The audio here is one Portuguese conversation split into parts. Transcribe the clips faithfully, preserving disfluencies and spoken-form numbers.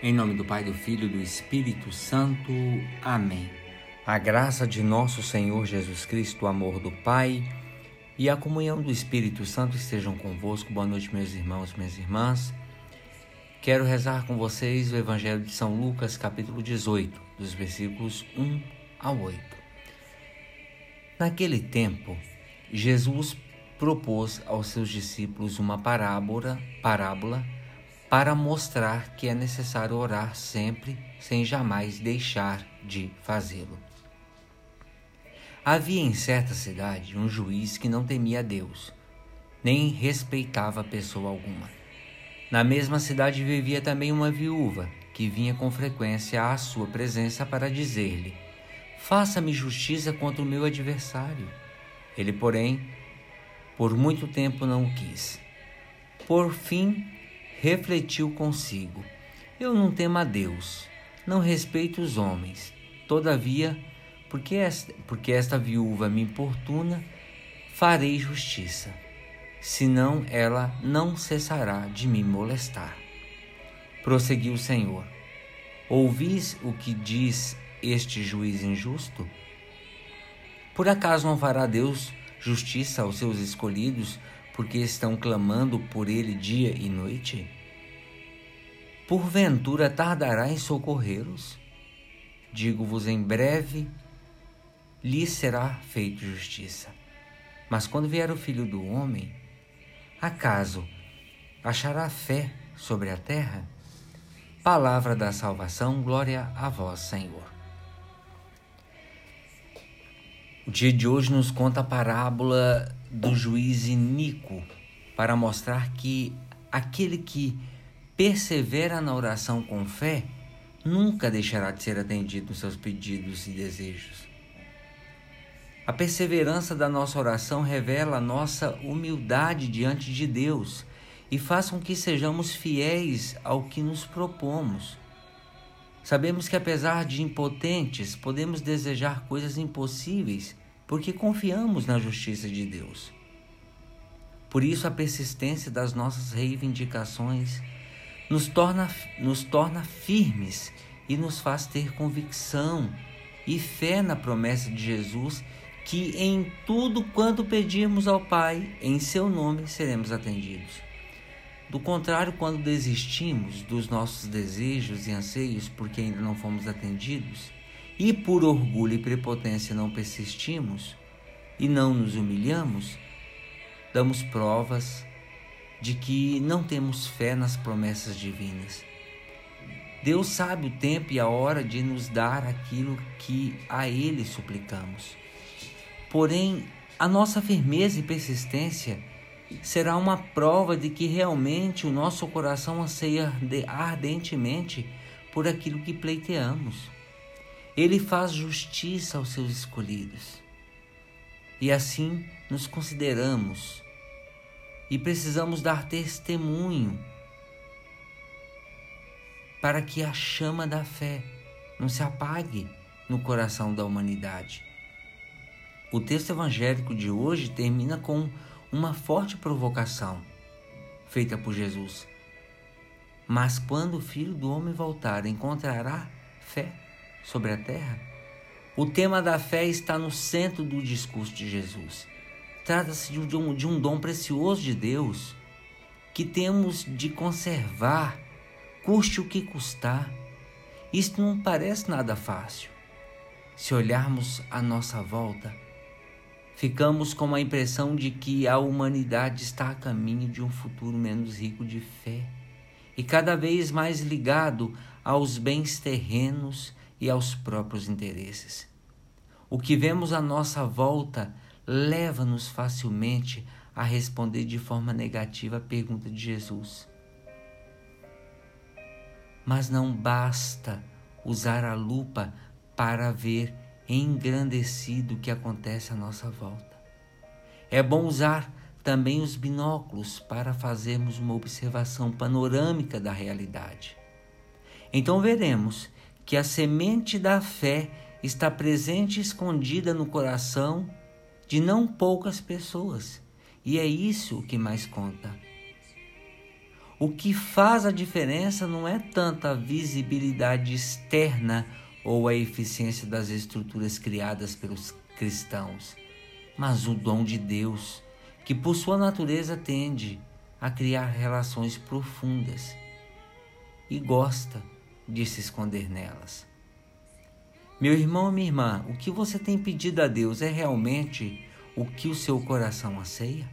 Em nome do Pai, do Filho e do Espírito Santo. Amém. A graça de nosso Senhor Jesus Cristo, o amor do Pai e a comunhão do Espírito Santo estejam convosco. Boa noite, meus irmãos e minhas irmãs. Quero rezar com vocês o Evangelho de São Lucas, capítulo dezoito, dos versículos um ao oito. Naquele tempo, Jesus propôs aos seus discípulos uma parábola, parábola para mostrar que é necessário orar sempre, sem jamais deixar de fazê-lo. Havia em certa cidade um juiz que não temia a Deus, nem respeitava pessoa alguma. Na mesma cidade vivia também uma viúva, que vinha com frequência à sua presença para dizer-lhe: faça-me justiça contra o meu adversário. Ele, porém, por muito tempo não o quis. Por fim, refletiu consigo: eu não temo a Deus, não respeito os homens. Todavia, porque esta, porque esta viúva me importuna, farei justiça, senão ela não cessará de me molestar. Prosseguiu o Senhor: ouvis o que diz este juiz injusto? Por acaso não fará Deus justiça aos seus escolhidos, porque estão clamando por ele dia e noite? Porventura tardará em socorrê-los? Digo-vos, em breve lhes será feita justiça. Mas quando vier o Filho do Homem, acaso achará fé sobre a terra? Palavra da salvação, glória a vós, Senhor. O dia de hoje nos conta a parábola do juiz iníquo, para mostrar que aquele que persevera na oração com fé nunca deixará de ser atendido nos seus pedidos e desejos. A perseverança da nossa oração revela a nossa humildade diante de Deus e faz com que sejamos fiéis ao que nos propomos. Sabemos que, apesar de impotentes, podemos desejar coisas impossíveis, porque confiamos na justiça de Deus. Por isso, a persistência das nossas reivindicações nos torna, nos torna firmes e nos faz ter convicção e fé na promessa de Jesus, que em tudo quanto pedirmos ao Pai, em seu nome seremos atendidos. Do contrário, quando desistimos dos nossos desejos e anseios porque ainda não fomos atendidos, e por orgulho e prepotência não persistimos e não nos humilhamos, damos provas de que não temos fé nas promessas divinas. Deus sabe o tempo e a hora de nos dar aquilo que a Ele suplicamos. Porém, a nossa firmeza e persistência será uma prova de que realmente o nosso coração anseia ardentemente por aquilo que pleiteamos. Ele faz justiça aos seus escolhidos. E assim nos consideramos e precisamos dar testemunho para que a chama da fé não se apague no coração da humanidade. O texto evangélico de hoje termina com uma forte provocação feita por Jesus. Mas quando o Filho do Homem voltar, encontrará fé sobre a terra? O tema da fé está no centro do discurso de Jesus. Trata-se de um, de um dom precioso de Deus que temos de conservar, custe o que custar. Isto não parece nada fácil. Se olharmos à nossa volta, ficamos com a impressão de que a humanidade está a caminho de um futuro menos rico de fé e cada vez mais ligado aos bens terrenos e aos próprios interesses. O que vemos à nossa volta leva-nos facilmente a responder de forma negativa a pergunta de Jesus. Mas não basta usar a lupa para ver engrandecido o que acontece à nossa volta. É bom usar também os binóculos para fazermos uma observação panorâmica da realidade. Então veremos que a semente da fé está presente e escondida no coração de não poucas pessoas, e é isso o que mais conta. O que faz a diferença não é tanto a visibilidade externa ou a eficiência das estruturas criadas pelos cristãos, mas o dom de Deus, que por sua natureza tende a criar relações profundas e gosta de se esconder nelas. Meu irmão, minha irmã, o que você tem pedido a Deus é realmente o que o seu coração anseia?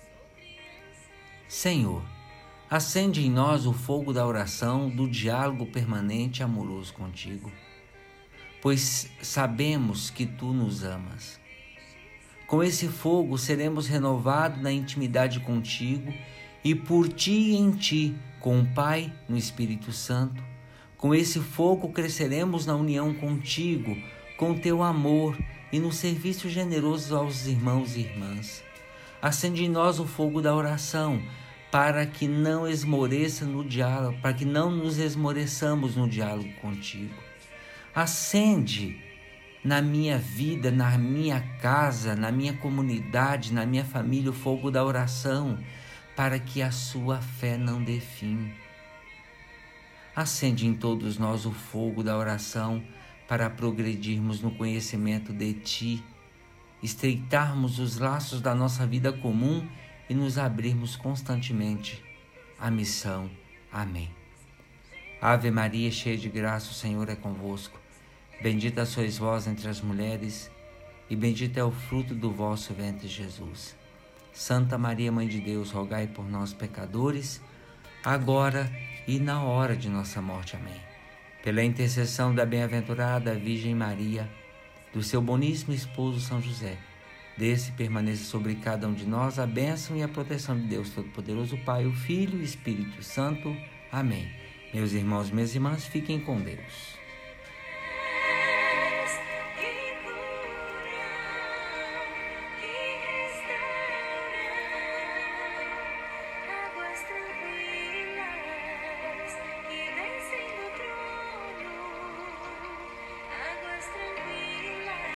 Senhor, acende em nós o fogo da oração, do diálogo permanente e amoroso contigo, pois sabemos que tu nos amas. Com esse fogo seremos renovados na intimidade contigo e por ti e em ti, com o Pai no Espírito Santo. Com esse fogo cresceremos na união contigo, com teu amor e no serviço generoso aos irmãos e irmãs. Acende em nós o fogo da oração, para que não esmoreça no diálogo, para que não nos esmoreçamos no diálogo contigo. Acende na minha vida, na minha casa, na minha comunidade, na minha família o fogo da oração, para que a sua fé não dê fim. Acende em todos nós o fogo da oração para progredirmos no conhecimento de Ti, estreitarmos os laços da nossa vida comum e nos abrirmos constantemente à missão. Amém. Ave Maria, cheia de graça, o Senhor é convosco. Bendita sois vós entre as mulheres, e bendito é o fruto do vosso ventre, Jesus. Santa Maria, Mãe de Deus, rogai por nós, pecadores, agora e na hora de nossa morte. Amém. Pela intercessão da bem-aventurada Virgem Maria, do seu boníssimo esposo São José, desce e permaneça sobre cada um de nós a bênção e a proteção de Deus Todo-Poderoso, Pai, o Filho e o Espírito Santo. Amém. Meus irmãos, minhas irmãs, fiquem com Deus.